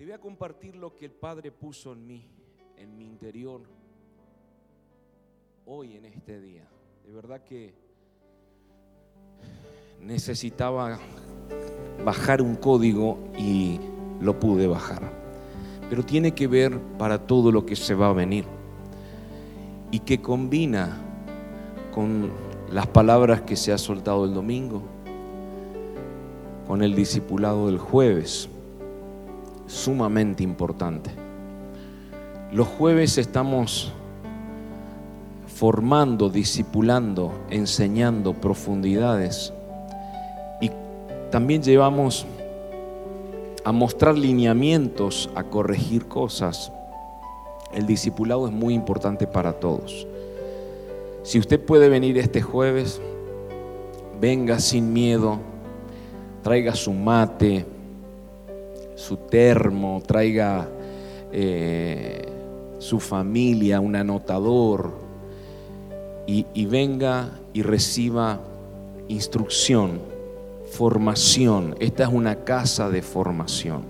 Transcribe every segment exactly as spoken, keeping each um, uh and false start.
Te voy a compartir lo que el Padre puso en mí, en mi interior, hoy en este día. De verdad que necesitaba bajar un código y lo pude bajar. Pero tiene que ver para todo lo que se va a venir y que combina con las palabras que se ha soltado el domingo, con el discipulado del jueves. Sumamente importante. Los jueves estamos formando, discipulando, enseñando profundidades y también llevamos a mostrar lineamientos, a corregir cosas. El discipulado es muy importante para todos. Si usted puede venir este jueves, venga sin miedo, traiga su mate, su termo, traiga eh, su familia, un anotador y, y venga y reciba instrucción, formación. Esta es una casa de formación.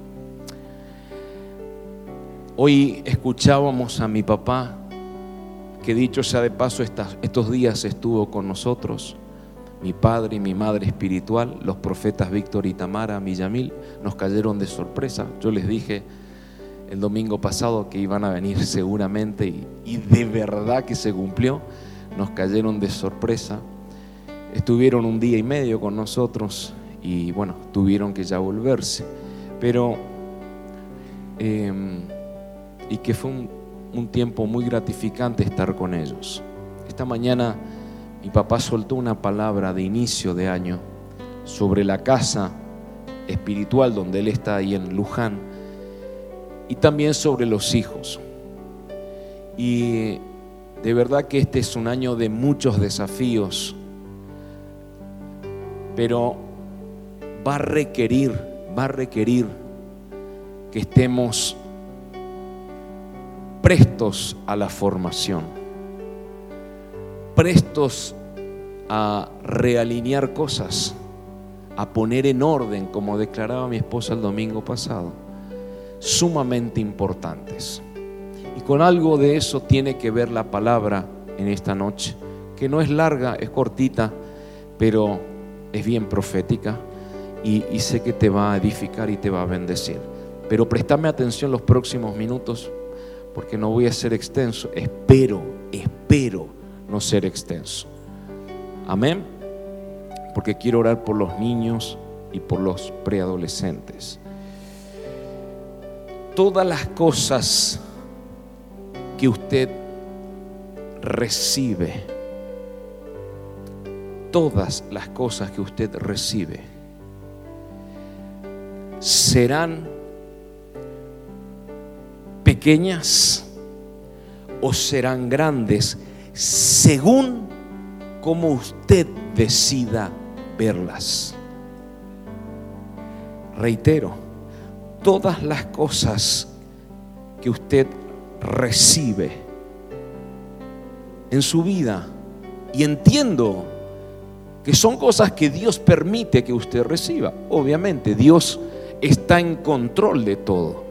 Hoy escuchábamos a mi papá, que dicho sea de paso, estas, estos días estuvo con nosotros. Mi padre y mi madre espiritual, los profetas Víctor y Tamara Millamil, nos cayeron de sorpresa. Yo les dije el domingo pasado que iban a venir seguramente y, y de verdad que se cumplió. Nos cayeron de sorpresa. Estuvieron un día y medio con nosotros y bueno, tuvieron que ya volverse. Pero, eh, y que fue un, un tiempo muy gratificante estar con ellos. Esta mañana mi papá soltó una palabra de inicio de año sobre la casa espiritual donde él está ahí en Luján y también sobre los hijos. Y de verdad que este es un año de muchos desafíos, pero va a requerir, va a requerir que estemos prestos a la formación, prestos a realinear cosas, a poner en orden, como declaraba mi esposa el domingo pasado, sumamente importantes. Y con algo de eso tiene que ver la palabra en esta noche, que no es larga, es cortita, pero es bien profética y, y sé que te va a edificar y te va a bendecir. Pero préstame atención los próximos minutos, porque no voy a ser extenso. Espero, espero no ser extenso. Amén. Porque quiero orar por los niños y por los preadolescentes. Todas las cosas que usted recibe, todas las cosas que usted recibe serán pequeñas o serán grandes según como usted decida verlas. Reitero, todas las cosas que usted recibe en su vida, y entiendo que son cosas que Dios permite que usted reciba. Obviamente, Dios está en control de todo.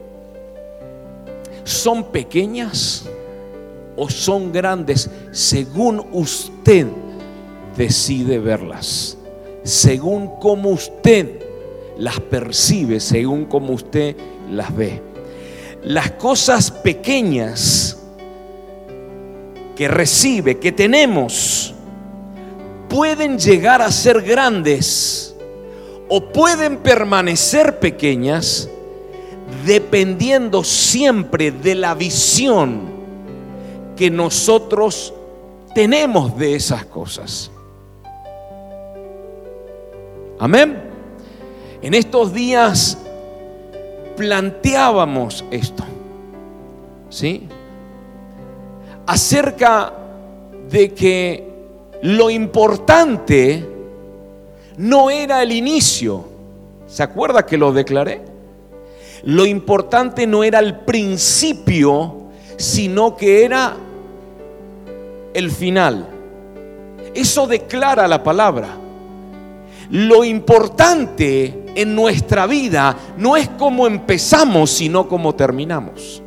Son pequeñas o son grandes según usted decide verlas, según como usted las percibe, según como usted las ve. Las cosas pequeñas que recibe, que tenemos, pueden llegar a ser grandes o pueden permanecer pequeñas, dependiendo siempre de la visión que nosotros tenemos de esas cosas. Amén. En estos días planteábamos esto, ¿sí? Acerca de que lo importante no era el inicio. ¿Se acuerda que lo declaré? Lo importante no era el principio, sino que era el final. Eso declara la palabra. Lo importante en nuestra vida no es cómo empezamos, sino cómo terminamos.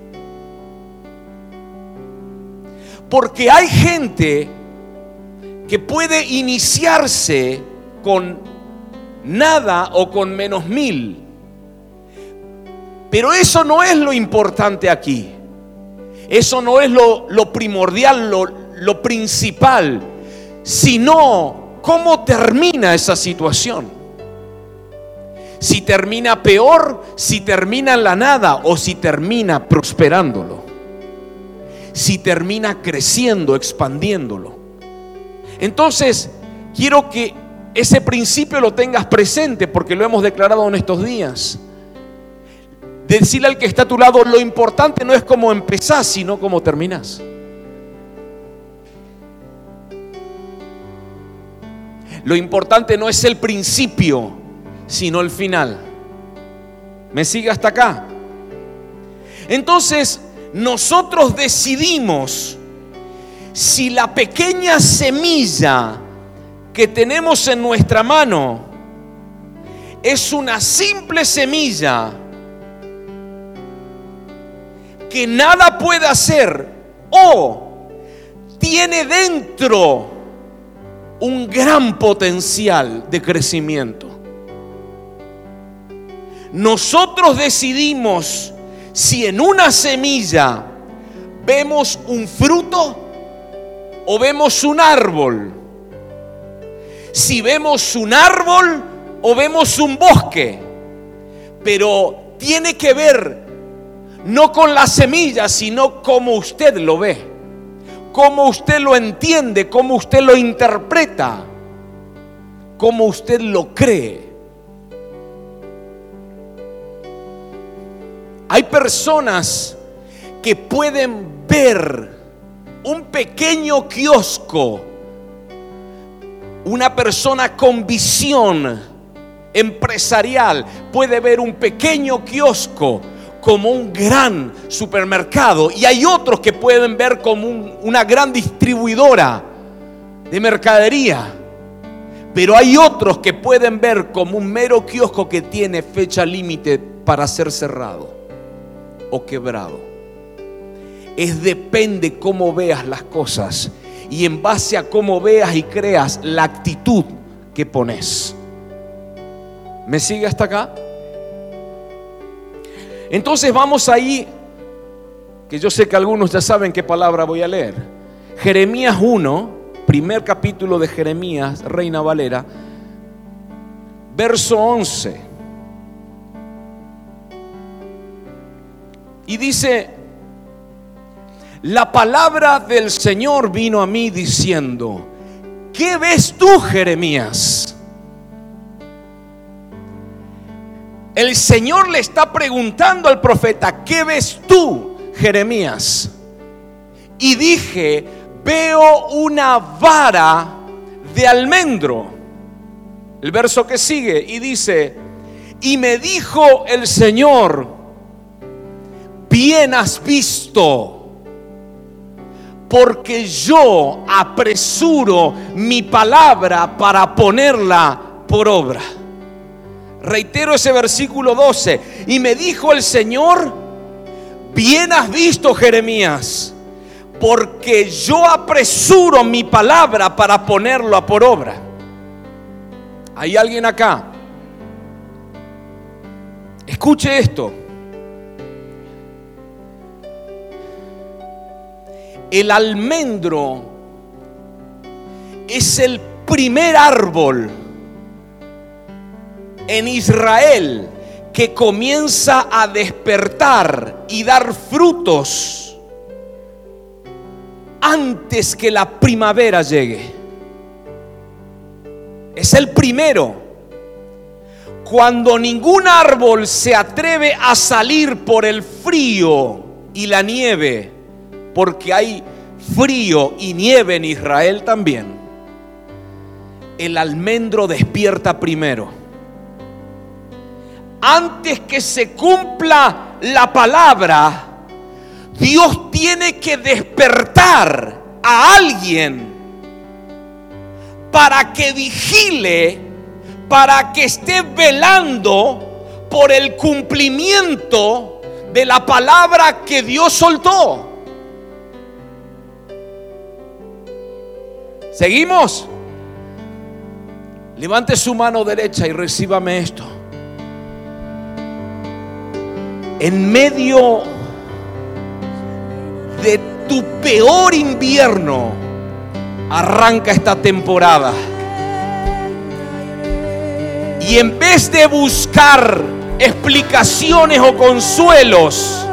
Porque hay gente que puede iniciarse con nada o con menos mil. Pero eso no es lo importante aquí. Eso no es lo, lo primordial, lo, lo principal, sino cómo termina esa situación. Si termina peor, si termina en la nada o si termina prosperándolo. Si termina creciendo, expandiéndolo. Entonces, quiero que ese principio lo tengas presente porque lo hemos declarado en estos días. Decirle al que está a tu lado, lo importante no es cómo empezás, sino cómo terminás. Lo importante no es el principio, sino el final. ¿Me sigue hasta acá? Entonces, nosotros decidimos si la pequeña semilla que tenemos en nuestra mano es una simple semilla que nada puede hacer, o tiene dentro un gran potencial de crecimiento. Nosotros decidimos si en una semilla vemos un fruto o vemos un árbol. Si vemos un árbol o vemos un bosque. Pero tiene que ver no con la semilla, sino cómo usted lo ve, cómo usted lo entiende, cómo usted lo interpreta, cómo usted lo cree. Hay personas que pueden ver un pequeño kiosco, una persona con visión empresarial puede ver un pequeño kiosco como un gran supermercado, y hay otros que pueden ver como un, una gran distribuidora de mercadería, pero hay otros que pueden ver como un mero kiosco que tiene fecha límite para ser cerrado o quebrado. Es depende cómo veas las cosas, y en base a cómo veas y creas, la actitud que pones. ¿Me sigue hasta acá? Entonces vamos ahí, que yo sé que algunos ya saben qué palabra voy a leer. Jeremías uno, primer capítulo de Jeremías, Reina Valera, verso once. Y dice: la palabra del Señor vino a mí diciendo: ¿qué ves tú, Jeremías? El Señor le está preguntando al profeta: ¿qué ves tú, Jeremías? Y dije: veo una vara de almendro. El verso que sigue y dice: y me dijo el Señor: bien has visto, porque yo apresuro mi palabra para ponerla por obra. Reitero ese versículo doce. Y me dijo el Señor: bien has visto, Jeremías, porque yo apresuro mi palabra para ponerla por obra. ¿Hay alguien acá? Escuche esto. El almendro es el primer árbol en Israel que comienza a despertar y dar frutos antes que la primavera llegue. Es el primero. Cuando ningún árbol se atreve a salir por el frío y la nieve, porque hay frío y nieve en Israel también, el almendro despierta primero. Antes que se cumpla la palabra, Dios tiene que despertar a alguien para que vigile, para que estés velando por el cumplimiento de la palabra que Dios soltó. ¿Seguimos? Levante su mano derecha y recíbame esto. En medio de tu peor invierno, arranca esta temporada. Y en vez de buscar explicaciones o consuelos,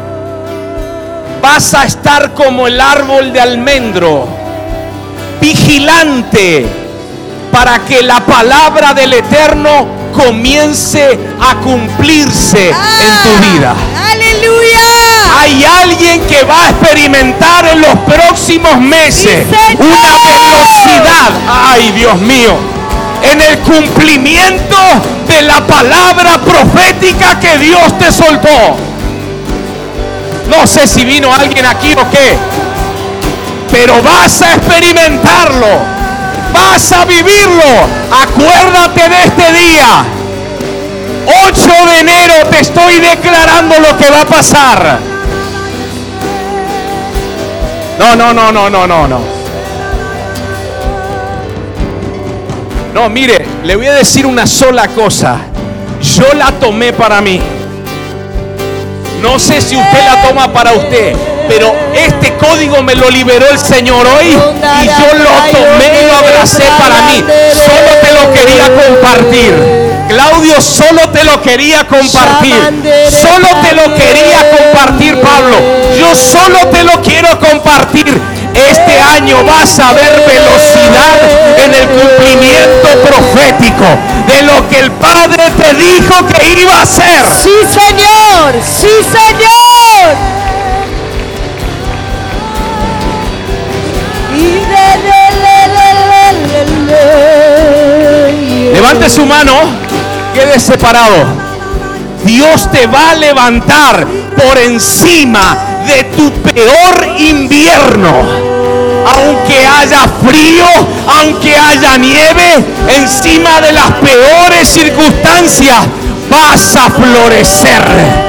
vas a estar como el árbol de almendro, vigilante para que la palabra del Eterno comience a cumplirse ah, en tu vida. ¡Aleluya! Hay alguien que va a experimentar en los próximos meses sí, una velocidad, ay Dios mío, en el cumplimiento de la palabra profética que Dios te soltó. No sé si vino alguien aquí o qué, pero vas a experimentarlo, vas a vivirlo. Acuérdate de este día, ocho de enero, te estoy declarando lo que va a pasar. No, no, no, no, no, no, no. No, mire, le voy a decir una sola cosa. Yo la tomé para mí. No sé si usted la toma para usted, pero este código me lo liberó el Señor hoy y yo lo tomé y lo abracé para mí. Solo te lo quería compartir. Claudio, solo te lo quería compartir. Solo te lo quería compartir, Pablo. Yo solo te lo quiero compartir. Este año vas a ver velocidad en el cumplimiento profético de lo que el Padre te dijo que iba a hacer. Sí, Señor. Sí, Señor. Levante su mano, quede separado. Dios te va a levantar por encima de tu peor invierno. Aunque haya frío, aunque haya nieve, encima de las peores circunstancias vas a florecer.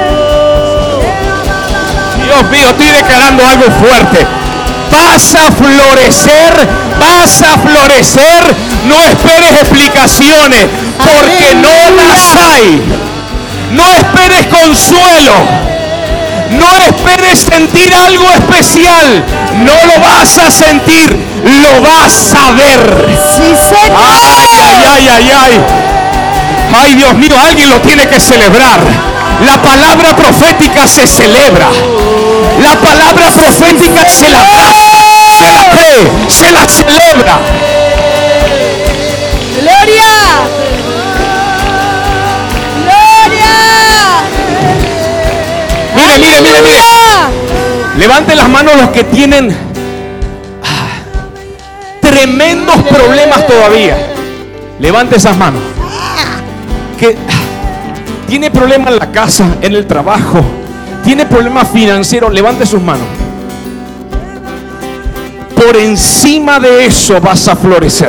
Dios mío, estoy declarando algo fuerte. Vas a florecer, vas a florecer. No esperes explicaciones, porque no las hay. No esperes consuelo. No esperes sentir algo especial. No lo vas a sentir, lo vas a ver. Sí, Señor. Ay, ay, ay, ay, ay. Ay, Dios mío, alguien lo tiene que celebrar. La palabra profética se celebra. La palabra profética se la abraza, se la cree, se la celebra. Gloria. Mire, mire, mire, mire. Levanten las manos los que tienen ah, tremendos problemas todavía. Levante esas manos. Que ah, tiene problemas en la casa, en el trabajo, tiene problemas financieros. Levante sus manos. Por encima de eso vas a florecer.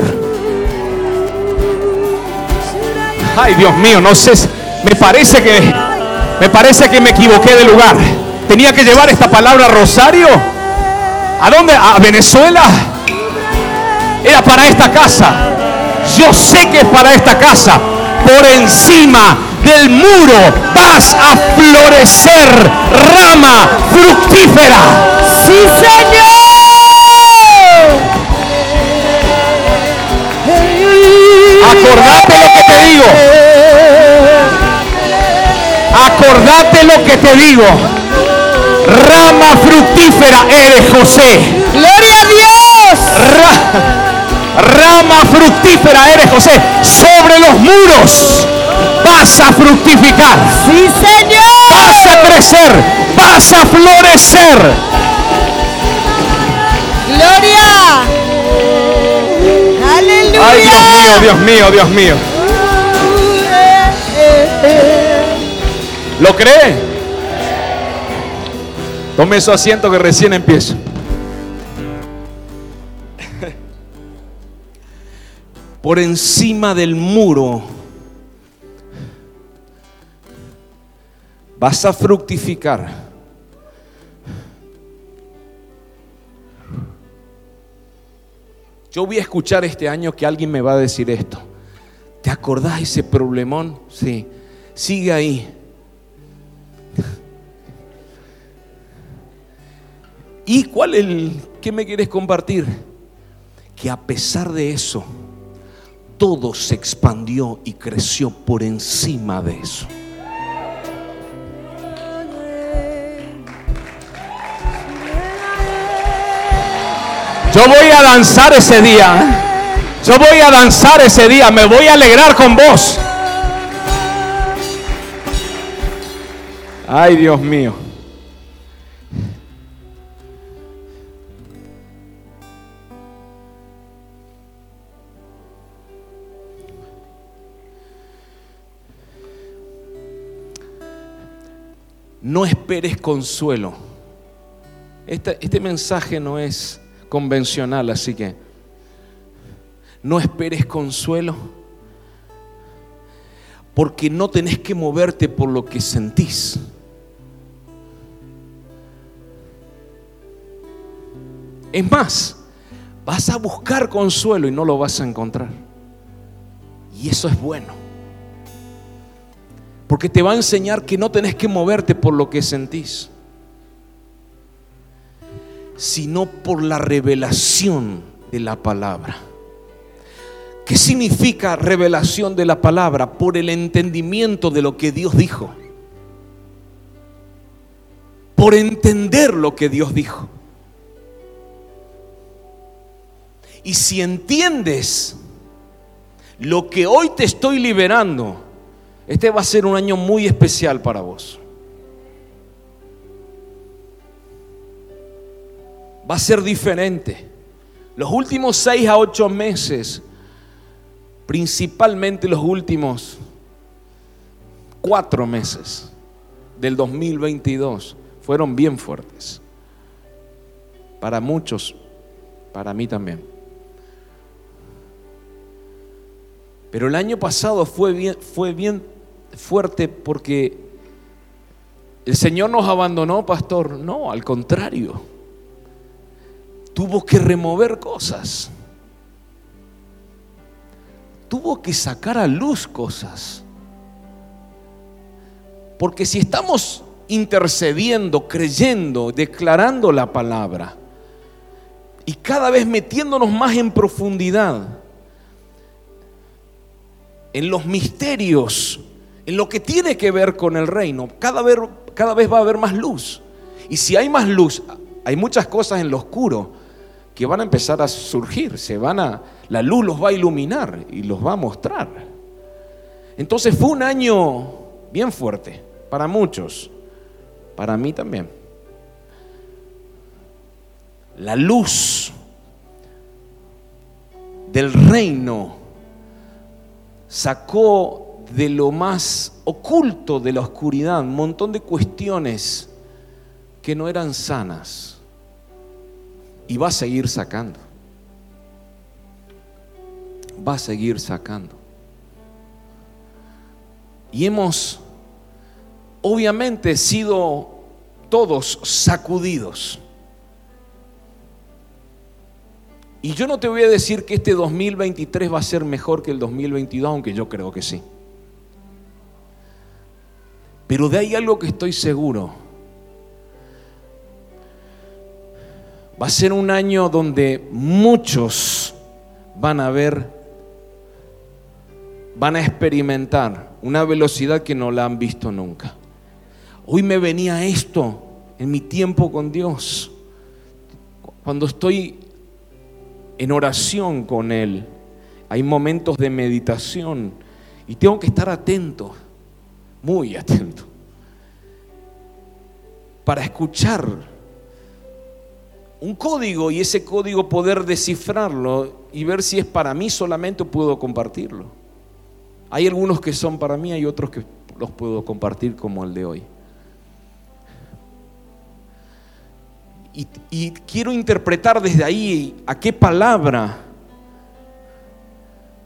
Ay, Dios mío, no sé. Me parece que Me parece que me equivoqué de lugar. Tenía que llevar esta palabra a Rosario. ¿A dónde? ¿A Venezuela? Era para esta casa. Yo sé que es para esta casa. Por encima del muro vas a florecer, rama fructífera. Sí, Señor. Acordate lo que te digo. Acordate lo que te digo. Rama fructífera eres, José. Gloria a Dios. Ra- rama fructífera eres, José. Sobre los muros vas a fructificar. Sí, Señor. Vas a crecer. Vas a florecer. Gloria. Aleluya. Ay, Dios mío, Dios mío, Dios mío. ¿Lo cree? Tome su asiento que recién empiezo. Por encima del muro Vas a fructificar. Yo voy a escuchar este año que alguien me va a decir esto. ¿Te acordás ese problemón? Sí. Sigue ahí. ¿Y cuál es el qué me quieres compartir? Que a pesar de eso, todo se expandió y creció por encima de eso. Yo voy a danzar ese día. Yo voy a danzar ese día. Me voy a alegrar con vos. Ay, Dios mío. No esperes consuelo. Este, este mensaje no es convencional, así que no esperes consuelo, porque no tenés que moverte por lo que sentís. Es más, vas a buscar consuelo y no lo vas a encontrar. Y eso es bueno, porque te va a enseñar que no tenés que moverte por lo que sentís, sino por la revelación de la palabra. ¿Qué significa revelación de la palabra? Por el entendimiento de lo que Dios dijo, por entender lo que Dios dijo. Y si entiendes lo que hoy te estoy liberando, este va a ser un año muy especial para vos. Va a ser diferente. Los últimos seis a ocho meses, principalmente los últimos cuatro meses del dos mil veintidós, fueron bien fuertes. Para muchos, para mí también. Pero el año pasado fue bien, fue bien fuerte porque el Señor nos abandonó, pastor. No, al contrario. Tuvo que remover cosas. Tuvo que sacar a luz cosas. Porque si estamos intercediendo, creyendo, declarando la palabra y cada vez metiéndonos más en profundidad en los misterios, en lo que tiene que ver con el reino, cada vez, cada vez va a haber más luz. Y si hay más luz, hay muchas cosas en lo oscuro que van a empezar a surgir, se van a, la luz los va a iluminar y los va a mostrar. Entonces fue un año bien fuerte para muchos, para mí también. La luz del reino sacó de lo más oculto de la oscuridad un montón de cuestiones que no eran sanas, y va a seguir sacando, va a seguir sacando. Y hemos obviamente sido todos sacudidos. Y yo no te voy a decir que este dos mil veintitrés va a ser mejor que el dos mil veintidós, aunque yo creo que sí. Pero de ahí algo que estoy seguro. Va a ser un año donde muchos van a ver, van a experimentar una velocidad que no la han visto nunca. Hoy me venía esto en mi tiempo con Dios. Cuando estoy en oración con Él, hay momentos de meditación y tengo que estar atento, muy atento, para escuchar un código y ese código poder descifrarlo y ver si es para mí solamente o puedo compartirlo. Hay algunos que son para mí, hay otros que los puedo compartir como el de hoy. Y, y quiero interpretar desde ahí a qué palabra,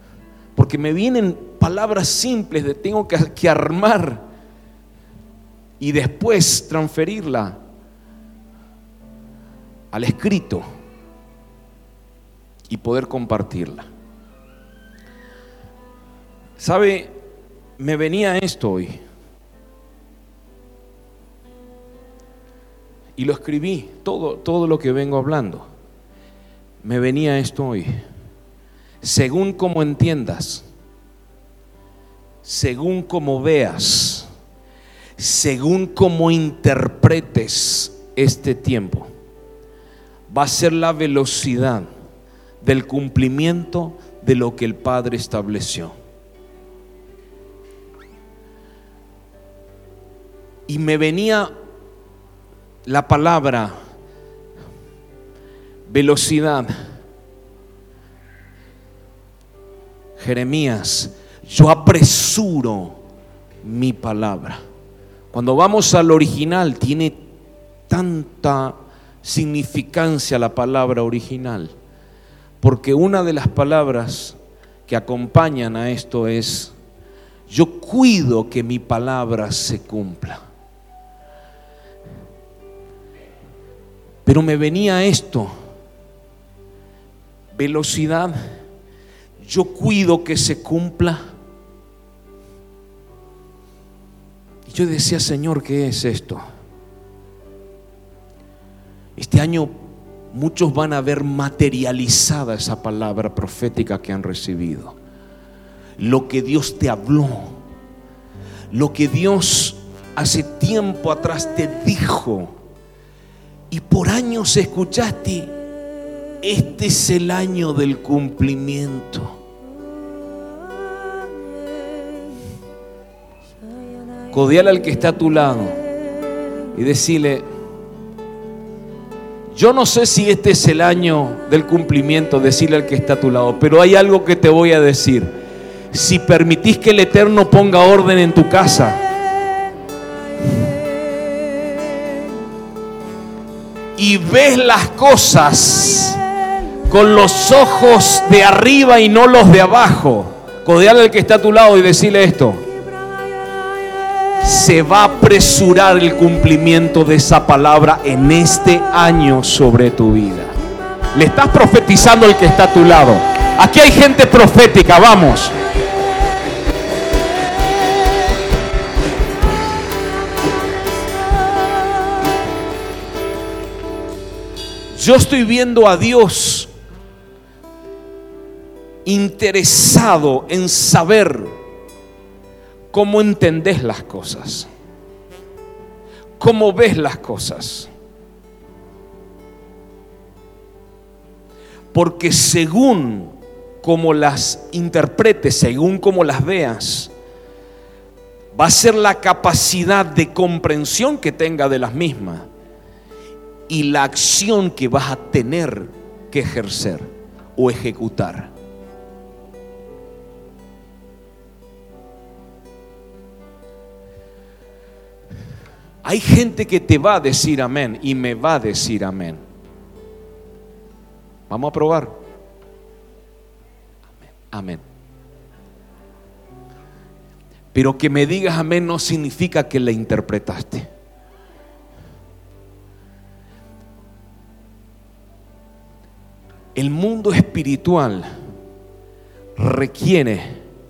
porque me vienen palabras simples de tengo que, que armar y después transferirla al escrito y poder compartirla. ¿Sabe? Me venía esto hoy y lo escribí, todo, todo lo que vengo hablando. Me venía esto hoy. Según como entiendas, según como veas, según como interpretes este tiempo, va a ser la velocidad del cumplimiento de lo que el Padre estableció. Y me venía la palabra velocidad. Jeremías, yo apresuro mi palabra. Cuando vamos al original, tiene tanta significancia la palabra original, porque una de las palabras que acompañan a esto es: yo cuido que mi palabra se cumpla. Pero me venía esto, velocidad, yo cuido que se cumpla. Y yo decía, Señor, ¿qué es esto? Este año muchos van a ver materializada esa palabra profética que han recibido. Lo que Dios te habló, lo que Dios hace tiempo atrás te dijo, y por años escuchaste: este es el año del cumplimiento. Codeale al que está a tu lado y decirle: yo no sé si este es el año del cumplimiento. Decirle al que está a tu lado: pero hay algo que te voy a decir. Si permitís que el Eterno ponga orden en tu casa y ves las cosas con los ojos de arriba y no los de abajo, codeale al que está a tu lado y decirle esto: se va a apresurar el cumplimiento de esa palabra en este año sobre tu vida. Le estás profetizando al que está a tu lado. Aquí hay gente profética, vamos. Yo estoy viendo a Dios interesado en saber cómo entendés las cosas, cómo ves las cosas. Porque según como las interpretes, según como las veas, va a ser la capacidad de comprensión que tenga de las mismas y la acción que vas a tener que ejercer o ejecutar. Hay gente que te va a decir amén y me va a decir amén. Vamos a probar. Amén. Amén. Pero que me digas amén no significa que la interpretaste. El mundo espiritual requiere,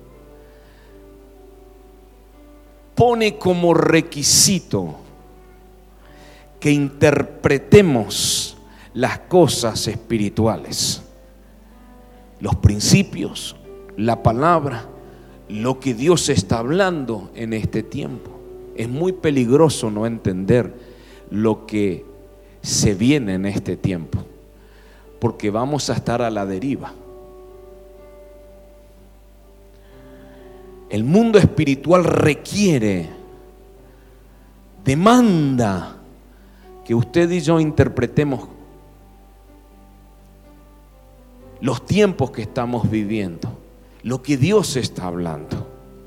pone como requisito que interpretemos las cosas espirituales, los principios, la palabra, lo que Dios está hablando en este tiempo. Es muy peligroso no entender lo que se viene en este tiempo, porque vamos a estar a la deriva. El mundo espiritual requiere, demanda que usted y yo interpretemos los tiempos que estamos viviendo, lo que Dios está hablando.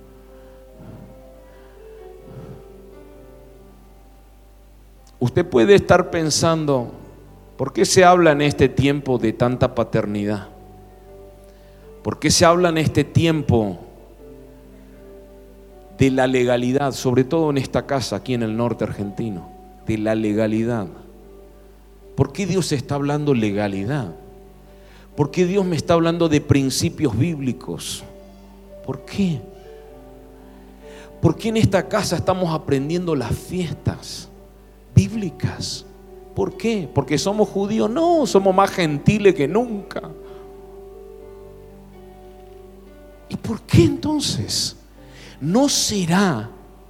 Usted puede estar pensando: ¿por qué se habla en este tiempo de tanta paternidad? ¿Por qué se habla en este tiempo de la legalidad, sobre todo en esta casa aquí en el norte argentino, de la legalidad. ¿Por qué Dios está hablando legalidad? ¿Por qué Dios me está hablando de principios bíblicos? ¿Por qué? ¿Por qué en esta casa estamos aprendiendo las fiestas bíblicas? ¿Por qué? ¿Porque somos judíos? No, somos más gentiles que nunca. ¿Y por qué entonces? ¿No será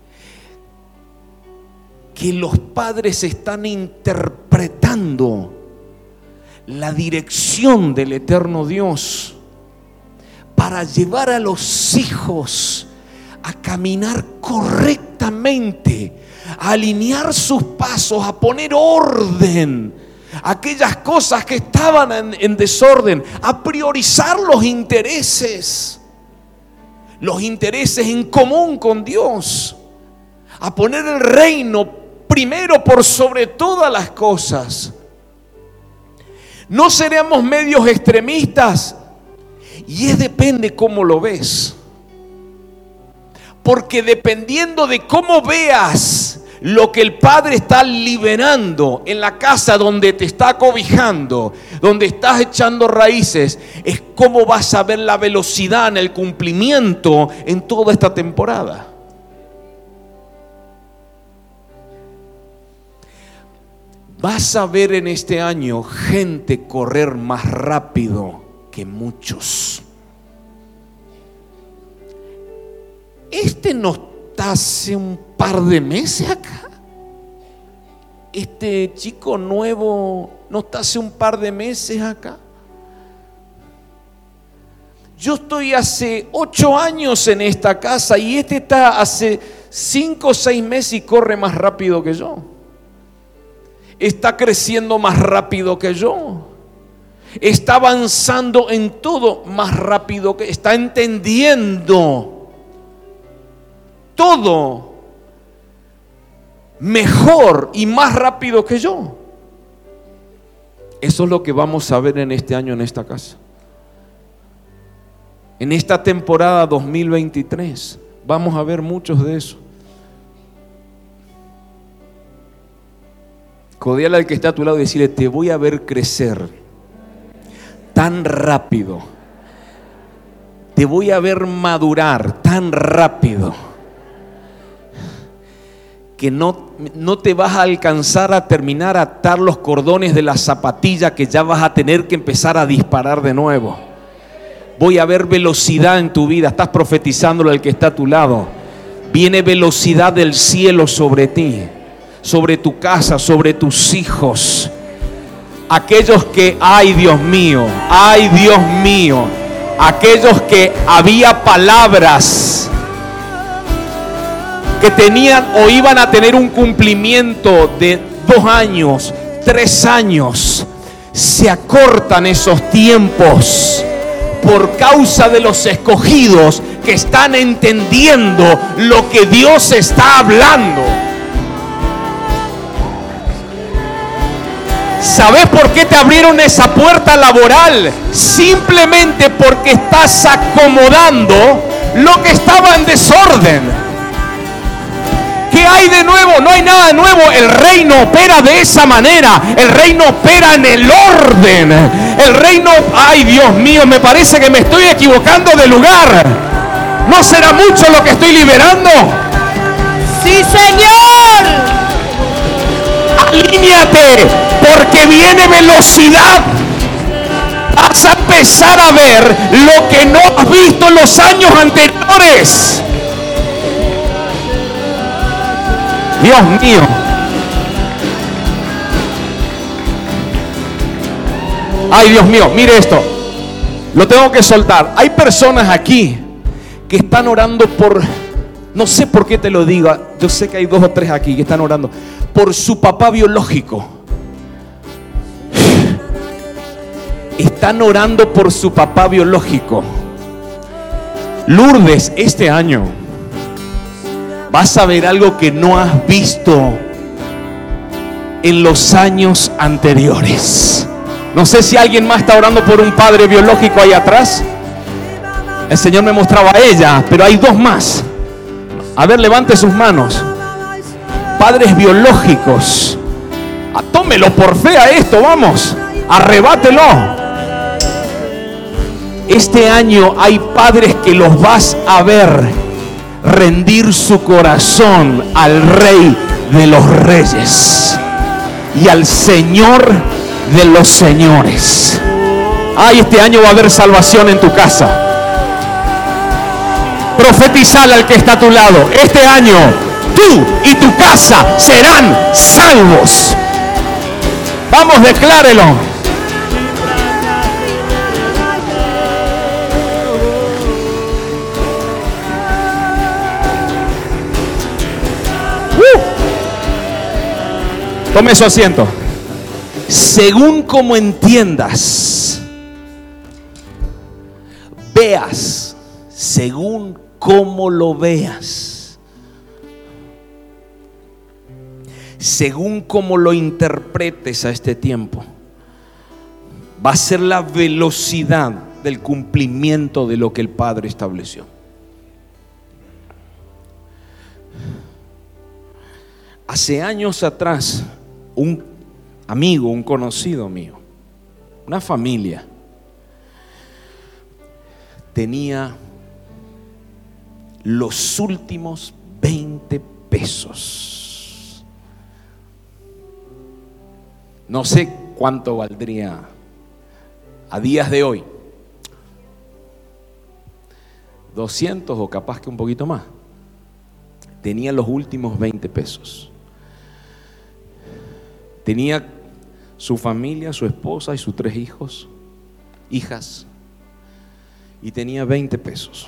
que los padres están interpretando la dirección del eterno Dios para llevar a los hijos a caminar correctamente, a alinear sus pasos, a poner orden a aquellas cosas que estaban en, en desorden, a priorizar los intereses, los intereses en común con Dios, a poner el reino primero por sobre todas las cosas? No seremos medios extremistas, y es depende cómo lo ves, porque dependiendo de cómo veas lo que el Padre está liberando en la casa donde te está cobijando, donde estás echando raíces, es cómo vas a ver la velocidad en el cumplimiento en toda esta temporada. Vas a ver en este año gente correr más rápido que muchos. Este no está hace un par de meses acá. Este chico nuevo no está hace un par de meses acá. Yo estoy hace ocho años en esta casa y este está hace cinco o seis meses y corre más rápido que yo. Está creciendo más rápido que yo. Está avanzando en todo más rápido que, está entendiendo todo mejor y más rápido que yo. Eso es lo que vamos a ver en este año en esta casa. En esta temporada dos mil veintitrés vamos a ver muchos de eso. Codeale al que está a tu lado y decirle: te voy a ver crecer tan rápido, te voy a ver madurar tan rápido que no, no te vas a alcanzar a terminar a atar los cordones de la zapatilla, que ya vas a tener que empezar a disparar de nuevo. Voy a ver velocidad en tu vida. Estás profetizándolo al que está a tu lado. Viene velocidad del cielo sobre ti, sobre tu casa, sobre tus hijos. Aquellos que, ay Dios mío, ay Dios mío, aquellos que había palabras que tenían o iban a tener un cumplimiento de dos años, tres años, se acortan esos tiempos por causa de los escogidos que están entendiendo lo que Dios está hablando. ¿Sabes por qué te abrieron esa puerta laboral? Simplemente porque estás acomodando lo que estaba en desorden. ¿Qué hay de nuevo? No hay nada de nuevo. El reino opera de esa manera. El reino opera en el orden. El reino, ay Dios mío, me parece que me estoy equivocando de lugar. ¿No será mucho lo que estoy liberando? Sí, Señor. Alíñate, porque viene velocidad. Vas a empezar a ver lo que no has visto en los años anteriores. Dios mío. Ay, Dios mío, mire esto. Lo tengo que soltar. Hay personas aquí que están orando por, no sé por qué te lo digo, yo sé que hay dos o tres aquí que están orando por su papá biológico. Están orando por su papá biológico. Lourdes, este año vas a ver algo que no has visto en los años anteriores. No sé si alguien más está orando por un padre biológico ahí atrás. El Señor me mostraba a ella, pero hay dos más. A ver, levante sus manos. Padres biológicos, tómelo por fe a esto, vamos, arrebátelo. Este año hay padres que los vas a ver rendir su corazón al Rey de los Reyes y al Señor de los Señores. Ay, este año va a haber salvación en tu casa. Profetizale al que está a tu lado. Este año tú y tu casa serán salvos. Vamos, declárelo. Uh. Tome su asiento. Según como entiendas, veas, según como lo veas, según como lo interpretes a este tiempo, va a ser la velocidad del cumplimiento de lo que el Padre estableció. Hace años atrás, un amigo, un conocido mío, una familia, tenía los últimos veinte pesos. No sé cuánto valdría a días de hoy, doscientos o capaz que un poquito más. Tenía los últimos veinte pesos. Tenía su familia, su esposa y sus tres hijos, hijas, y tenía veinte pesos.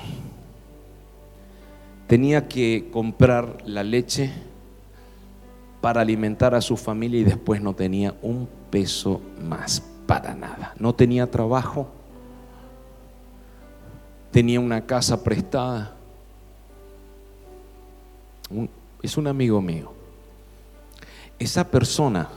Tenía que comprar la leche para alimentar a su familia y después no tenía un peso más para nada. No tenía trabajo, tenía una casa prestada. Un, es un amigo mío. Esa persona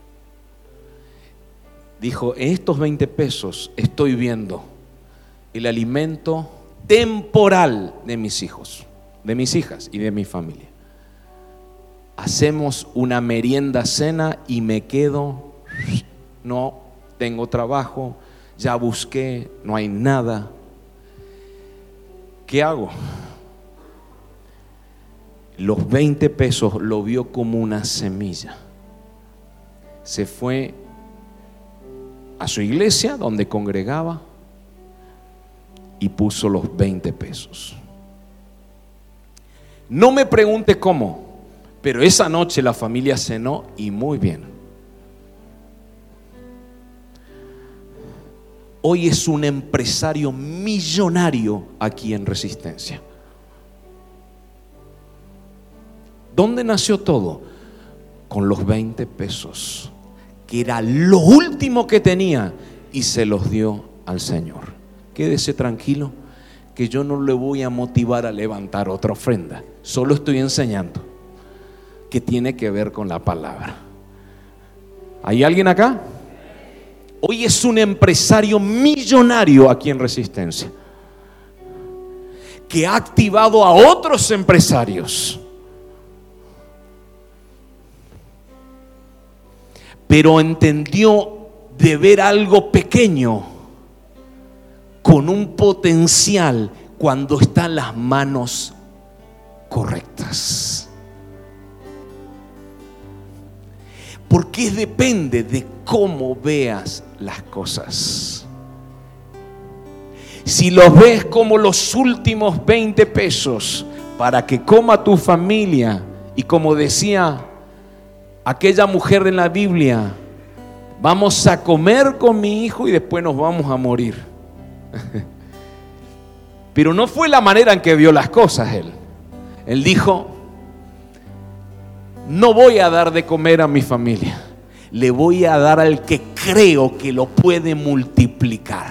dijo: en estos veinte pesos estoy viendo el alimento temporal de mis hijos, de mis hijas y de mi familia. Hacemos una merienda cena y me quedo, no tengo trabajo, ya busqué, no hay nada. ¿Qué hago? Los veinte pesos lo vio como una semilla. Se fue a su iglesia donde congregaba y puso los veinte pesos. No me pregunte cómo, pero esa noche la familia cenó y muy bien. Hoy es un empresario millonario aquí en Resistencia. ¿Dónde nació todo? Con los veinte pesos, que era lo último que tenía, y se los dio al Señor. Quédese tranquilo, que yo no le voy a motivar a levantar otra ofrenda. Solo estoy enseñando que tiene que ver con la palabra. ¿Hay alguien acá? Hoy es un empresario millonario aquí en Resistencia, que ha activado a otros empresarios, pero entendió de ver algo pequeño con un potencial cuando está en las manos correctas. Porque depende de cómo veas las cosas. Si los ves como los últimos veinte pesos para que coma tu familia, y como decía aquella mujer en la Biblia, vamos a comer con mi hijo y después nos vamos a morir. Pero no fue la manera en que vio las cosas él. Él dijo: no voy a dar de comer a mi familia, le voy a dar al que creo que lo puede multiplicar.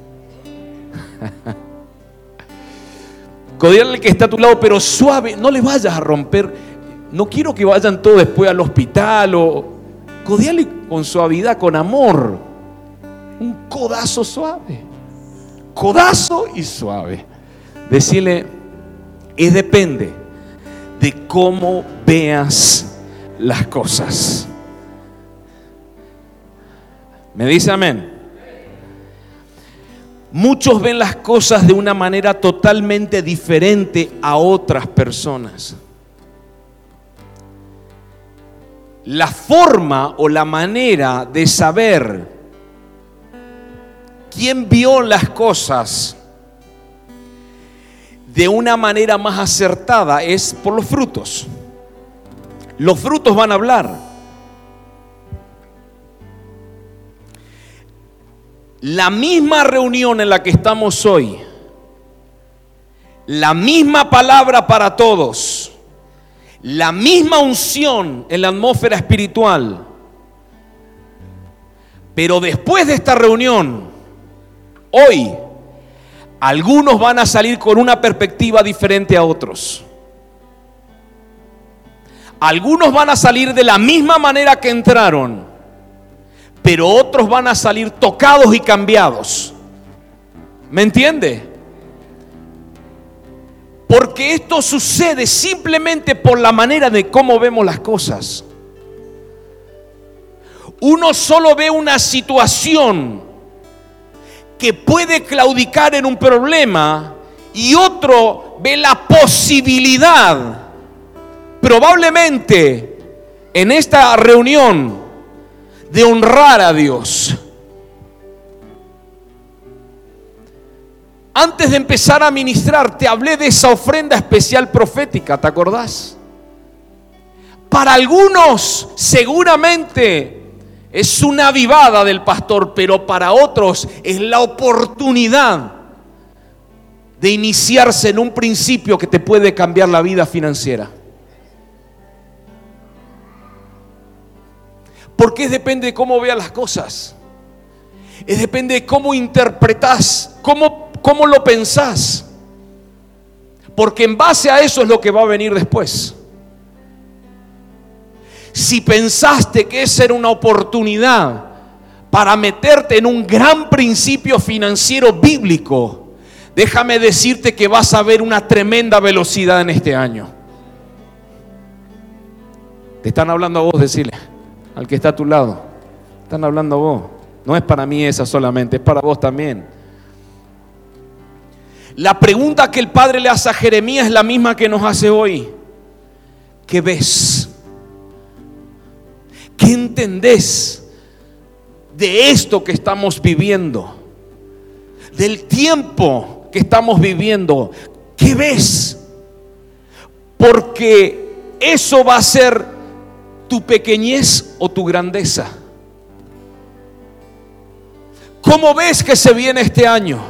Codiarle al que está a tu lado, pero suave, no le vayas a romper. No quiero que vayan todos después al hospital. O codiarle con suavidad, con amor. Un codazo suave, codazo y suave. Decirle: es depende de cómo veas las cosas. ¿Me dice amén? Muchos ven las cosas de una manera totalmente diferente a otras personas. La forma o la manera de saber quién vio las cosas de una manera más acertada es por los frutos. Los frutos van a hablar. La misma reunión en la que estamos hoy, la misma palabra para todos, la misma unción en la atmósfera espiritual, pero después de esta reunión, hoy, algunos van a salir con una perspectiva diferente a otros. Algunos van a salir de la misma manera que entraron, pero otros van a salir tocados y cambiados. ¿Me entiende? Porque esto sucede simplemente por la manera de cómo vemos las cosas. Uno solo ve una situación que puede claudicar en un problema y otro ve la posibilidad, probablemente en esta reunión, de honrar a Dios. Antes de empezar a ministrar, te hablé de esa ofrenda especial profética, ¿te acordás? Para algunos seguramente es una avivada del pastor, pero para otros es la oportunidad de iniciarse en un principio que te puede cambiar la vida financiera. Porque es depende de cómo veas las cosas. Es depende de cómo interpretás, cómo, cómo lo pensás. Porque en base a eso es lo que va a venir después. Si pensaste que esa era una oportunidad para meterte en un gran principio financiero bíblico, déjame decirte que vas a ver una tremenda velocidad en este año. Te están hablando a vos, decirle al que está a tu lado, están hablando a vos. No es para mí esa solamente, es para vos también. La pregunta que el Padre le hace a Jeremías es la misma que nos hace hoy. ¿Qué ves? ¿Qué entendés de esto que estamos viviendo? Del tiempo que estamos viviendo. ¿Qué ves? Porque eso va a ser tu pequeñez o tu grandeza. ¿Cómo ves que se viene este año?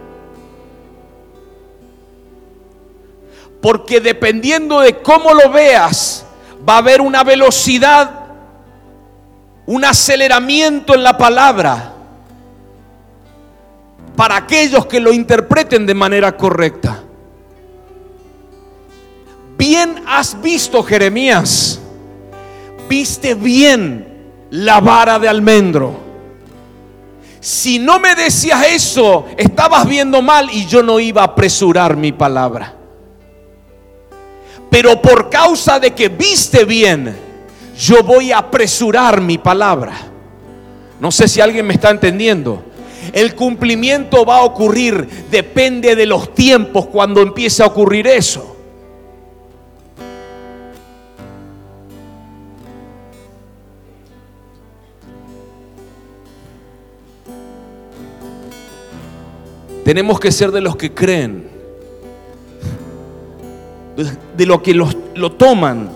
Porque dependiendo de cómo lo veas, va a haber una velocidad, un aceleramiento en la palabra para aquellos que lo interpreten de manera correcta. Bien has visto, Jeremías, viste bien la vara de almendro. Si no me decías eso, estabas viendo mal y yo no iba a apresurar mi palabra. Pero por causa de que viste bien, yo voy a apresurar mi palabra. No sé si alguien me está entendiendo. El cumplimiento va a ocurrir, depende de los tiempos cuando empiece a ocurrir eso. Tenemos que ser de los que creen, de los que los, lo toman,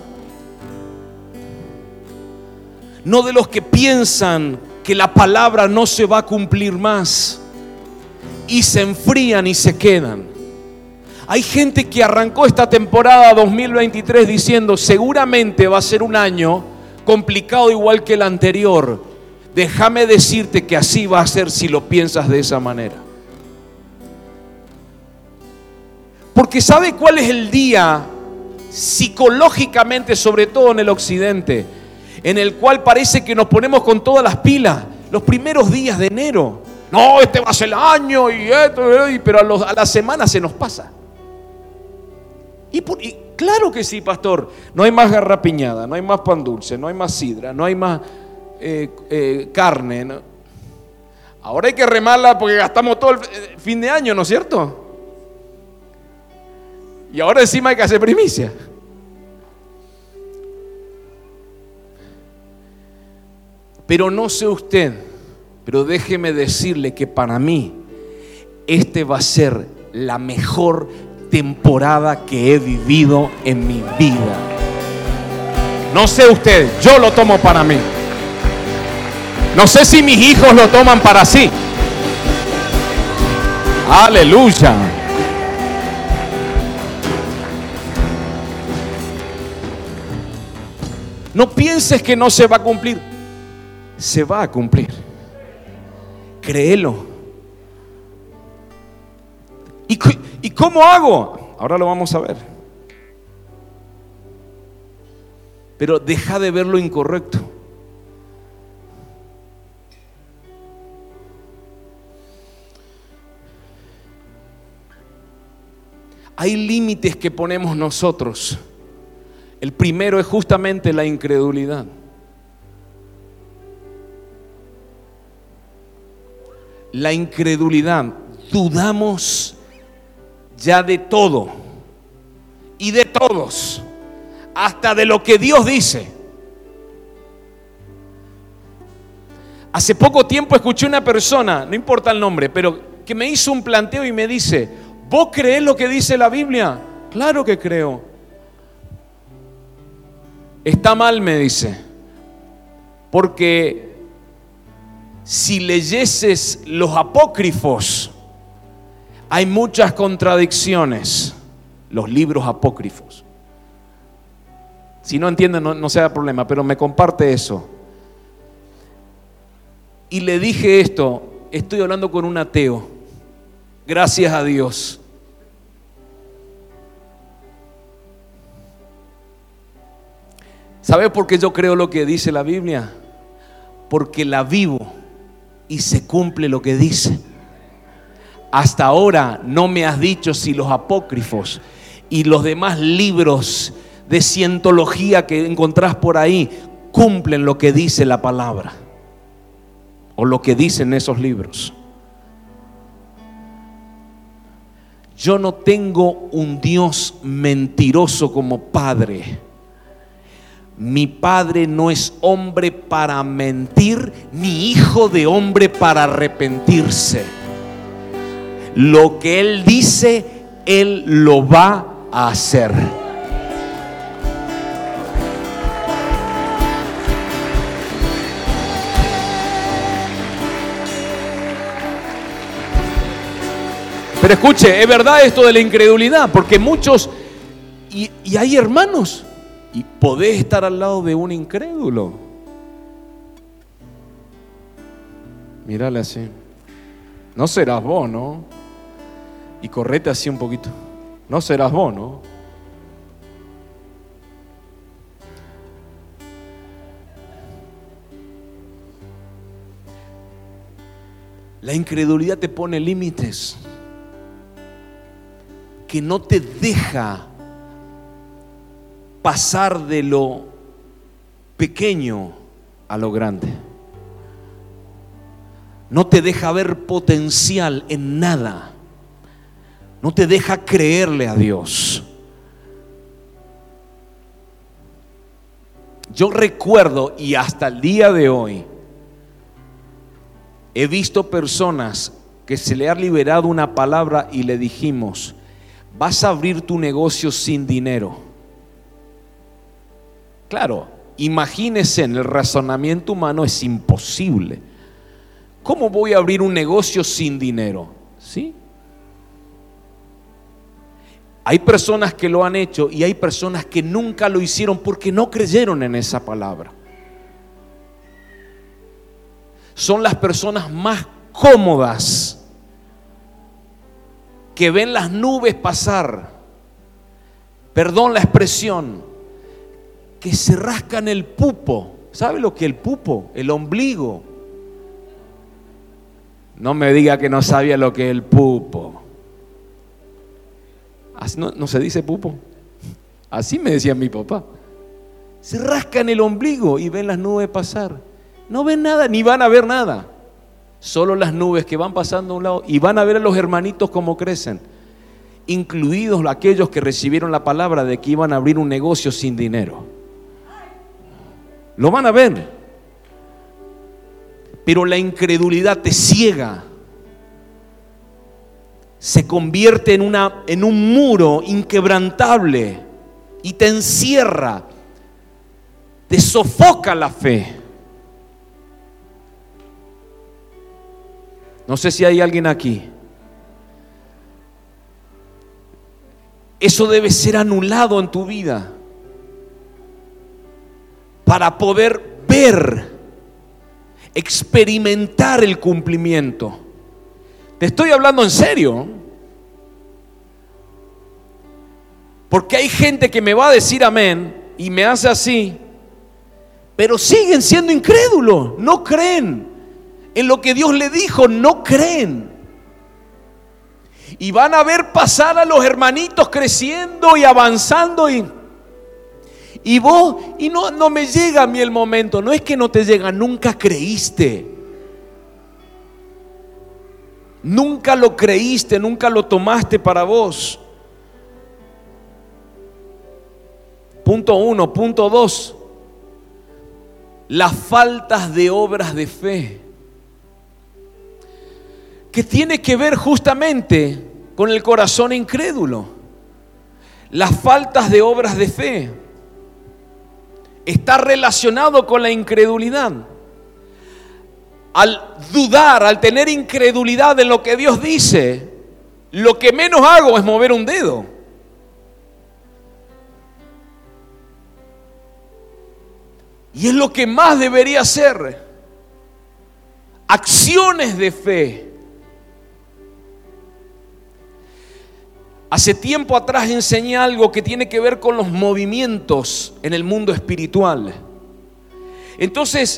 no de los que piensan que la palabra no se va a cumplir más y se enfrían y se quedan. Hay gente que arrancó esta temporada dos mil veintitrés diciendo: seguramente va a ser un año complicado igual que el anterior. Déjame decirte que así va a ser si lo piensas de esa manera. Porque ¿sabe cuál es el día psicológicamente, sobre todo en el occidente, en el cual parece que nos ponemos con todas las pilas? Los primeros días de enero. No, este va a ser el año y esto, pero a, los, a la semana se nos pasa. ¿Y, por, y, Claro que sí, pastor. No hay más garrapiñada, no hay más pan dulce, no hay más sidra, no hay más eh, eh, carne. ¿no? Ahora hay que remarla porque gastamos todo el fin de año, ¿no es cierto? Y ahora encima hay que hacer primicia. Pero no sé usted, pero déjeme decirle que para mí este va a ser la mejor temporada que he vivido en mi vida. No sé usted, yo lo tomo para mí. No sé si mis hijos lo toman para sí. Aleluya. No pienses que no se va a cumplir. Se va a cumplir. Créelo. ¿Y, ¿Y cómo hago? Ahora lo vamos a ver. Pero deja de ver lo incorrecto. Hay límites que ponemos nosotros. El primero es justamente la incredulidad. La incredulidad. Dudamos ya de todo y de todos, hasta de lo que Dios dice. Hace poco tiempo escuché una persona, no importa el nombre, pero que me hizo un planteo y me dice: ¿vos creés lo que dice la Biblia? Claro que creo. Está mal, me dice, porque si leyeses los apócrifos, hay muchas contradicciones. Los libros apócrifos. Si no entienden, no, no sea problema, pero me comparte eso. Y le dije esto: estoy hablando con un ateo. Gracias a Dios. ¿Sabe por qué yo creo lo que dice la Biblia? Porque la vivo y se cumple lo que dice. Hasta ahora no me has dicho si los apócrifos y los demás libros de cientología que encontrás por ahí cumplen lo que dice la palabra o lo que dicen esos libros. Yo no tengo un Dios mentiroso como padre. Mi padre no es hombre para mentir, ni hijo de hombre para arrepentirse. Lo que Él dice, Él lo va a hacer. Pero escuche, es verdad esto de la incredulidad, porque muchos, y, y hay hermanos, y podés estar al lado de un incrédulo. Mírale así. No serás vos, ¿no? Y correte así un poquito. No serás vos, ¿no? La incredulidad te pone límites que no te deja pasar de lo pequeño a lo grande. No te deja ver potencial en nada. No te deja creerle a Dios. Yo recuerdo, y hasta el día de hoy, he visto personas que se le ha liberado una palabra y le dijimos: vas a abrir tu negocio sin dinero. Claro, imagínense, en el razonamiento humano es imposible. ¿Cómo voy a abrir un negocio sin dinero? ¿Sí? Hay personas que lo han hecho y hay personas que nunca lo hicieron porque no creyeron en esa palabra. Son las personas más cómodas que ven las nubes pasar, perdón la expresión, que se rascan el pupo. ¿Sabe lo que es el pupo? El ombligo. No me diga que no sabía lo que es el pupo. ¿No, no se dice pupo? Así me decía mi papá. Se rascan el ombligo y ven las nubes pasar. No ven nada, ni van a ver nada. Solo las nubes que van pasando a un lado y van a ver a los hermanitos cómo crecen, incluidos aquellos que recibieron la palabra de que iban a abrir un negocio sin dinero. Lo van a ver. Pero la incredulidad te ciega. Se convierte en, una, en un muro inquebrantable y te encierra, te sofoca la fe. No sé si hay alguien aquí. Eso debe ser anulado en tu vida para poder ver, experimentar el cumplimiento. Te estoy hablando en serio, porque hay gente que me va a decir amén y me hace así, pero siguen siendo incrédulos, no creen en lo que Dios le dijo, no creen. Y van a ver pasar a los hermanitos creciendo y avanzando y, y vos, y no, no me llega a mí el momento. No es que no te llega, nunca creíste. Nunca lo creíste, nunca lo tomaste para vos. Punto uno. Punto dos. Las faltas de obras de fe, que tiene que ver justamente con el corazón incrédulo. Las faltas de obras de fe está relacionado con la incredulidad. Al dudar, al tener incredulidad en lo que Dios dice, lo que menos hago es mover un dedo. Y es lo que más debería hacer. Acciones de fe. Hace tiempo atrás enseñé algo que tiene que ver con los movimientos en el mundo espiritual. Entonces,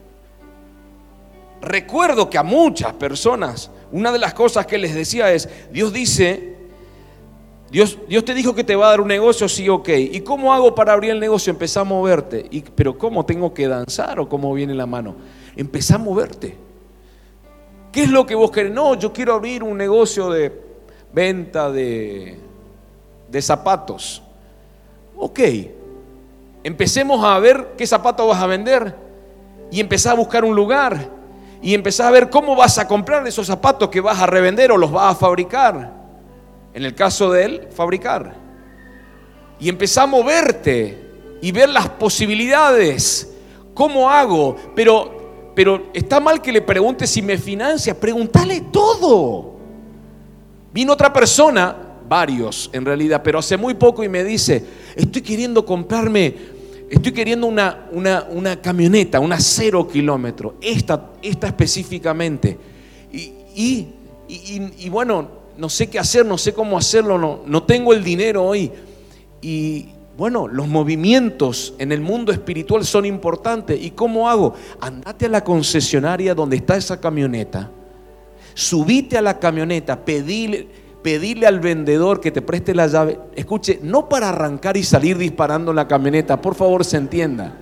recuerdo que a muchas personas, una de las cosas que les decía es, Dios dice, Dios, Dios te dijo que te va a dar un negocio, sí, ok. ¿Y cómo hago para abrir el negocio? Empezá a moverte. Y, ¿Pero cómo? ¿Tengo que danzar o cómo viene la mano? Empezá a moverte. ¿Qué es lo que vos querés? No, yo quiero abrir un negocio de venta de, de zapatos. Ok, empecemos a ver qué zapatos vas a vender y empezá a buscar un lugar y empezá a ver cómo vas a comprar esos zapatos que vas a revender o los vas a fabricar. En el caso de él, fabricar. Y empezá a moverte y ver las posibilidades. ¿Cómo hago? Pero, pero está mal que le preguntes si me financia. Pregúntale todo. Vino otra persona, varios en realidad, pero hace muy poco y me dice, estoy queriendo comprarme, estoy queriendo una, una, una camioneta, una cero kilómetro, esta, esta específicamente. Y, y, y, y bueno, no sé qué hacer, no sé cómo hacerlo, no, no tengo el dinero hoy. Y bueno, los movimientos en el mundo espiritual son importantes. ¿Y cómo hago? Andate a la concesionaria donde está esa camioneta. Subite a la camioneta, pedile, pedirle al vendedor que te preste la llave. Escuche, no para arrancar y salir disparando en la camioneta, por favor se entienda.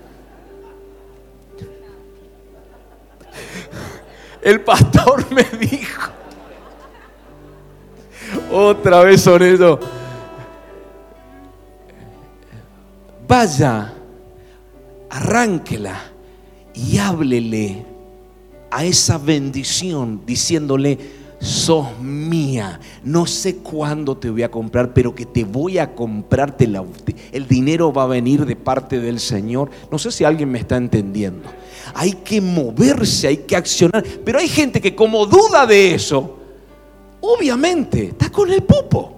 El pastor me dijo, otra vez sobre eso, vaya, arránquela y háblele a esa bendición diciéndole, sos mía, no sé cuándo te voy a comprar, pero que te voy a comprar, te la, el dinero va a venir de parte del Señor. No sé si alguien me está entendiendo. Hay que moverse, hay que accionar, pero hay gente que como duda de eso, obviamente está con el pupo.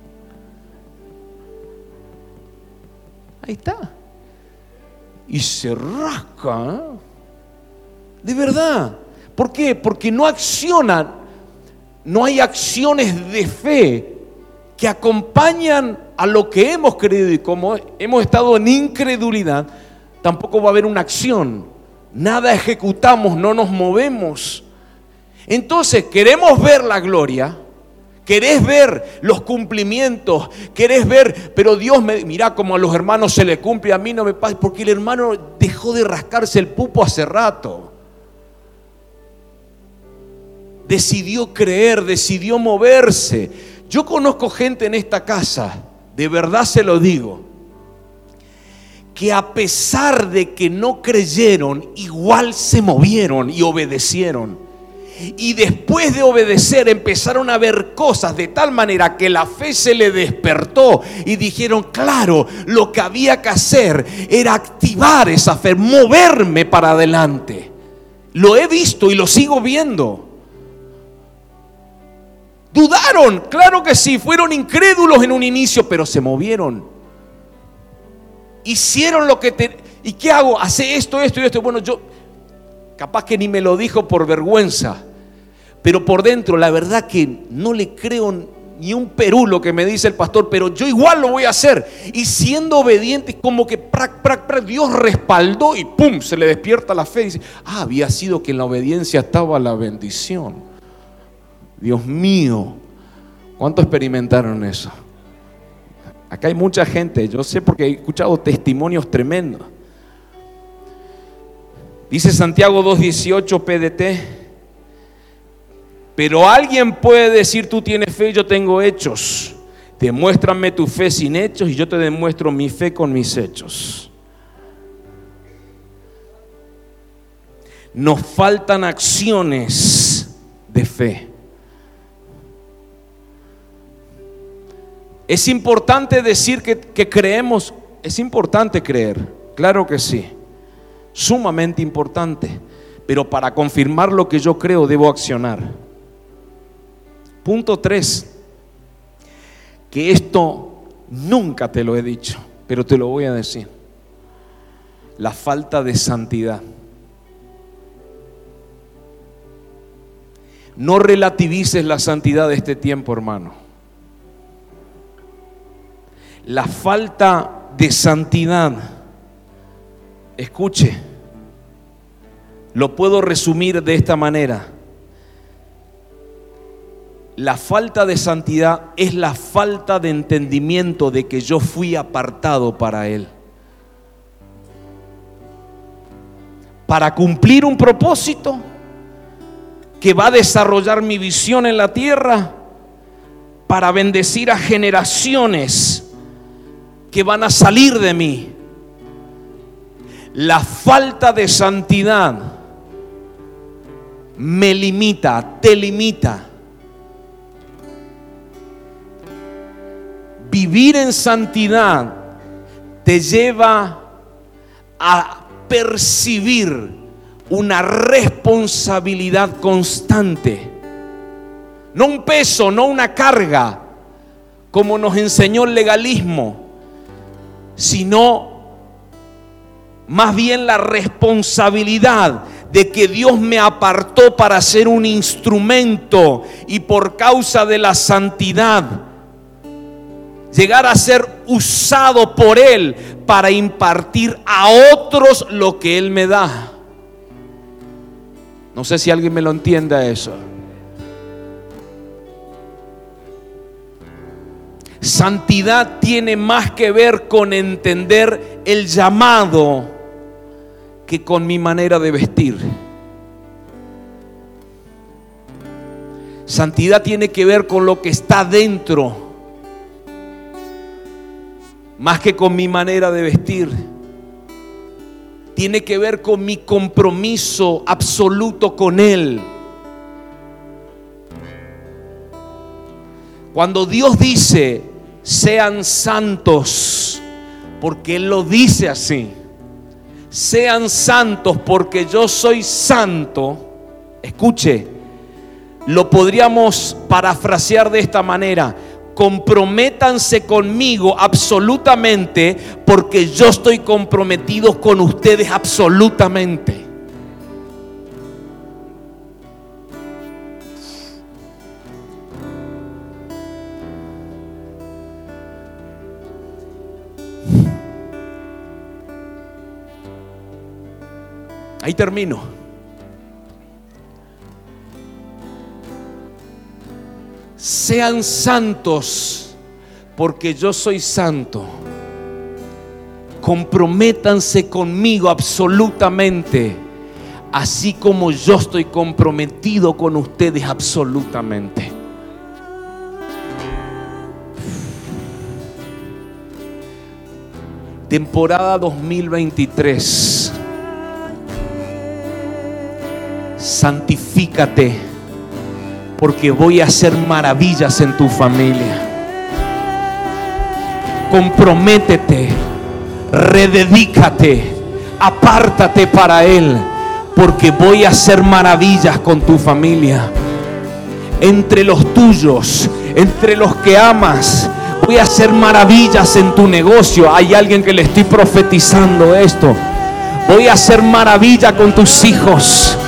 Ahí está. Y se rasca, ¿eh? De verdad. ¿Por qué? Porque no accionan, no hay acciones de fe que acompañan a lo que hemos creído, y como hemos estado en incredulidad, tampoco va a haber una acción. Nada ejecutamos, no nos movemos. Entonces queremos ver la gloria, Querés ver los cumplimientos, querés ver, pero Dios me, mirá como a los hermanos se le cumple, a mí no me pasa, porque el hermano dejó de rascarse el pupo hace rato. Decidió creer, decidió moverse. Yo conozco gente en esta casa, de verdad se lo digo, que a pesar de que no creyeron, igual se movieron y obedecieron. Y después de obedecer empezaron a ver cosas de tal manera que la fe se le despertó y dijeron, claro, lo que había que hacer era activar esa fe, moverme para adelante. Lo he visto y lo sigo viendo. Dudaron, claro que sí, fueron incrédulos en un inicio, pero se movieron. Hicieron lo que te... ¿Y qué hago? Hace esto, esto y esto. Bueno, yo capaz que ni me lo dijo por vergüenza, pero por dentro la verdad que no le creo ni un perú lo que me dice el pastor, pero yo igual lo voy a hacer. Y siendo obediente, como que prac, prac, prac, Dios respaldó y pum, se le despierta la fe y dice, ah, había sido que en la obediencia estaba la bendición. Dios mío, ¿cuánto experimentaron eso? Acá hay mucha gente, yo sé porque he escuchado testimonios tremendos. Dice Santiago dos dieciocho P D T, pero alguien puede decir, tú tienes fe y yo tengo hechos. Demuéstrame tu fe sin hechos y yo te demuestro mi fe con mis hechos. Nos faltan acciones de fe. Es importante decir que, que creemos, es importante creer, claro que sí, sumamente importante, pero para confirmar lo que yo creo debo accionar. Punto tres, que esto nunca te lo he dicho, pero te lo voy a decir: la falta de santidad. No relativices la santidad de este tiempo, hermano. La falta de santidad, escuche, lo puedo resumir de esta manera. La falta de santidad es la falta de entendimiento de que yo fui apartado para Él, para cumplir un propósito que va a desarrollar mi visión en la tierra, para bendecir a generaciones que van a salir de mí. La falta de santidad me limita, te limita. Vivir en santidad te lleva a percibir una responsabilidad constante, no un peso, no una carga, como nos enseñó el legalismo, sino más bien la responsabilidad de que Dios me apartó para ser un instrumento y por causa de la santidad llegar a ser usado por Él para impartir a otros lo que Él me da. No sé si alguien me lo entiende eso. Santidad tiene más que ver con entender el llamado que con mi manera de vestir. Santidad tiene que ver con lo que está dentro, más que con mi manera de vestir. Tiene que ver con mi compromiso absoluto con Él. Cuando Dios dice, sean santos, porque Él lo dice así, sean santos porque yo soy santo, escuche, lo podríamos parafrasear de esta manera: comprométanse conmigo absolutamente porque yo estoy comprometido con ustedes absolutamente. Ahí termino. sean santos, porque yo soy santo. Comprométanse conmigo absolutamente, así como yo estoy comprometido con ustedes absolutamente. Temporada dos mil veintitrés. Santifícate, porque voy a hacer maravillas en tu familia. Comprométete, rededícate, apártate para Él, porque voy a hacer maravillas con tu familia. Entre los tuyos, entre los que amas, voy a hacer maravillas en tu negocio. Hay alguien que le estoy profetizando esto. Voy a hacer maravilla con tus hijos.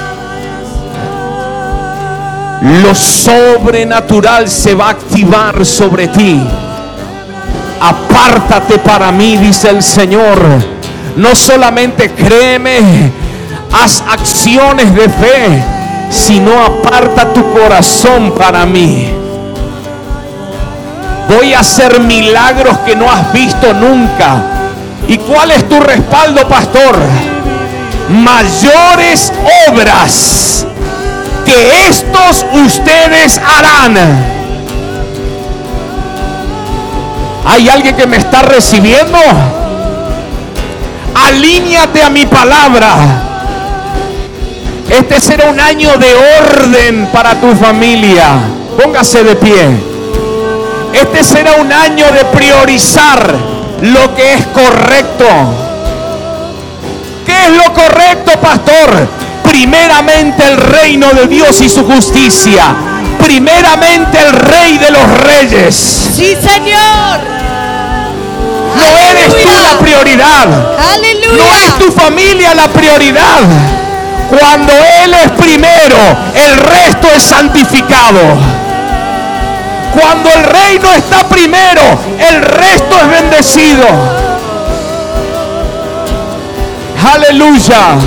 Lo sobrenatural se va a activar sobre ti. Apártate para mí, dice el Señor. No solamente créeme, haz acciones de fe, sino aparta tu corazón para mí. Voy a hacer milagros que no has visto nunca. ¿Y cuál es tu respaldo, pastor? Mayores obras que estos ustedes harán. ¿Hay alguien que me está recibiendo? Alíñate a mi palabra. Este será un año de orden para tu familia. Póngase de pie. Este será un año de priorizar lo que es correcto. ¿Qué es lo correcto, pastor? Primeramente el reino de Dios y su justicia. Primeramente el Rey de los Reyes. Sí, Señor. No eres tú la prioridad. Aleluya. No es tu familia la prioridad. Cuando Él es primero, el resto es santificado. Cuando el reino está primero, el resto es bendecido. Aleluya.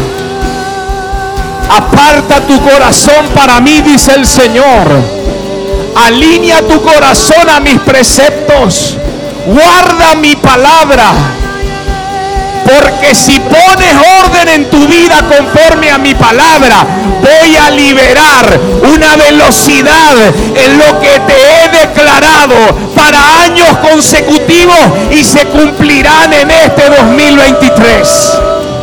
Aparta tu corazón para mí, dice el Señor. Alinea tu corazón a mis preceptos. Guarda mi palabra. Porque si pones orden en tu vida conforme a mi palabra, voy a liberar una velocidad en lo que te he declarado para años consecutivos y se cumplirán en este dos mil veintitrés.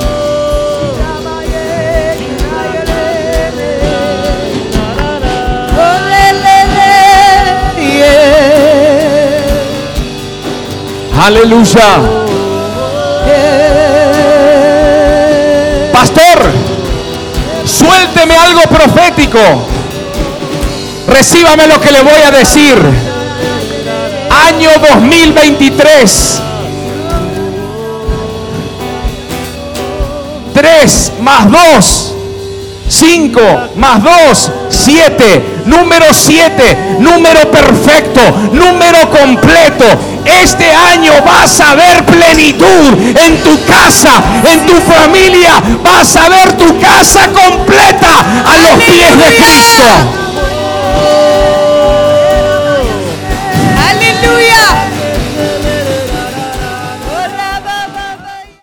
Aleluya. Pastor, suélteme algo profético. Recíbame lo que le voy a decir. Año dos mil veintitrés. tres más dos. cinco más dos, siete. Número siete, número perfecto, número completo. Este año vas a ver plenitud en tu casa, en tu familia. Vas a ver tu casa completa a los pies de Cristo.